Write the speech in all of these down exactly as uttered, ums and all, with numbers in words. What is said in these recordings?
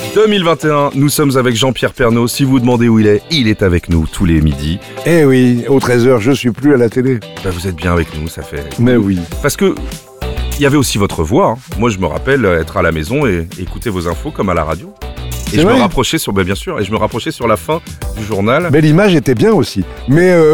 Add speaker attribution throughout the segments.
Speaker 1: deux mille vingt et un, nous sommes avec Jean-Pierre Pernaut. Si vous demandez où il est, il est avec nous tous les midis.
Speaker 2: Eh oui, aux treize heures, je suis plus à la télé.
Speaker 1: Bah, vous êtes bien avec nous, ça fait...
Speaker 2: Mais oui.
Speaker 1: Parce que il y avait aussi votre voix. Hein. Moi, je me rappelle être à la maison et écouter vos infos comme à la radio. Et
Speaker 2: C'est
Speaker 1: je
Speaker 2: vrai
Speaker 1: me rapprochais sur, bah, bien sûr, et je me rapprochais sur la fin du journal.
Speaker 2: Mais l'image était bien aussi. Mais euh...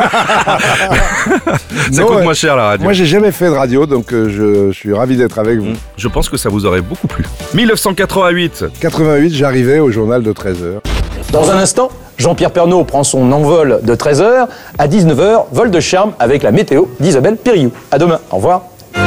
Speaker 1: ça
Speaker 2: non,
Speaker 1: coûte
Speaker 2: ouais.
Speaker 1: moins cher la radio.
Speaker 2: Moi, j'ai jamais fait de radio, donc euh, je, je suis ravi d'être avec vous.
Speaker 1: Mmh. Je pense que ça vous aurait beaucoup plu. dix-neuf cent quatre-vingt-huit.
Speaker 2: quatre-vingt-huit, j'arrivais au journal de treize heures.
Speaker 3: Dans un instant, Jean-Pierre Pernaut prend son envol de treize heures. À dix-neuf heures, vol de charme avec la météo d'Isabelle Périllou. À demain. Au revoir.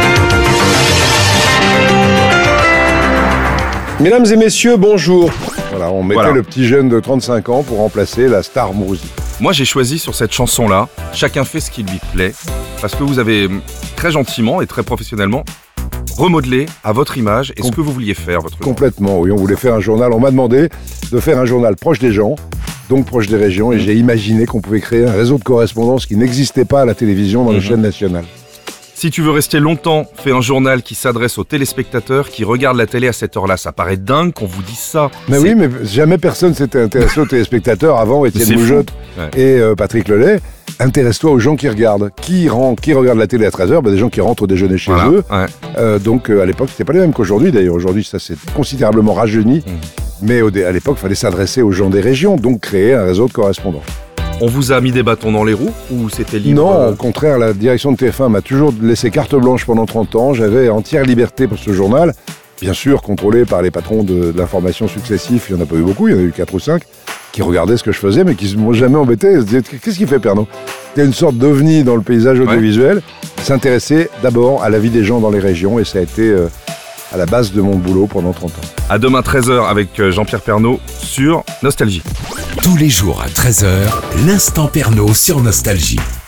Speaker 2: Mesdames et messieurs, bonjour. Voilà, on mettait
Speaker 1: Voilà.
Speaker 2: le petit jeune de trente-cinq ans pour remplacer la star Mourouzi.
Speaker 1: Moi, j'ai choisi sur cette chanson-là, chacun fait ce qui lui plaît, parce que vous avez très gentiment et très professionnellement remodelé à votre image et ce que vous vouliez faire, votre
Speaker 2: Complètement, oui, on voulait faire un journal. On m'a demandé de faire un journal proche des gens, donc proche des régions, et j'ai imaginé qu'on pouvait créer un réseau de correspondance qui n'existait pas à la télévision dans les
Speaker 1: Mhm.
Speaker 2: chaînes nationales.
Speaker 1: Si tu veux rester longtemps, fais un journal qui s'adresse aux téléspectateurs qui regardent la télé à cette heure-là. Ça paraît dingue qu'on vous dise ça.
Speaker 2: Mais
Speaker 1: C'est-
Speaker 2: oui, mais jamais personne s'était intéressé aux téléspectateurs avant
Speaker 1: C'est
Speaker 2: Étienne
Speaker 1: fou.
Speaker 2: Moujotte
Speaker 1: Ouais.
Speaker 2: et euh, Patrick Lelay. Intéresse-toi aux gens qui regardent. Qui, rend, qui regarde la télé à treize heures? Bah, des gens qui rentrent au déjeuner chez
Speaker 1: Voilà.
Speaker 2: eux.
Speaker 1: Ouais.
Speaker 2: Euh, donc euh, à l'époque, c'était pas les mêmes qu'aujourd'hui d'ailleurs. Aujourd'hui, ça s'est considérablement rajeuni.
Speaker 1: Mhm.
Speaker 2: Mais au dé- à l'époque, il fallait s'adresser aux gens des régions, donc créer un réseau de correspondants.
Speaker 1: On vous a mis des bâtons dans les roues ou c'était libre?
Speaker 2: Non,
Speaker 1: euh,
Speaker 2: au contraire, la direction de T F un m'a toujours laissé carte blanche pendant trente ans. J'avais entière liberté pour ce journal. Bien sûr, contrôlé par les patrons de, de l'information successifs. Il n'y en a pas eu beaucoup, il y en a eu quatre ou cinq, qui regardaient ce que je faisais, mais qui ne m'ont jamais embêté. Ils se disaient, qu'est-ce qu'il fait, Pernaut? C'était une sorte d'ovni dans le paysage audiovisuel. S'intéresser d'abord à la vie des gens dans les régions, et ça a été euh, à la base de mon boulot pendant trente ans.
Speaker 1: À demain treize heures avec euh, Jean-Pierre Pernaut sur Nostalgie.
Speaker 4: Tous les jours à treize heures, l'instant Pernaut sur Nostalgie.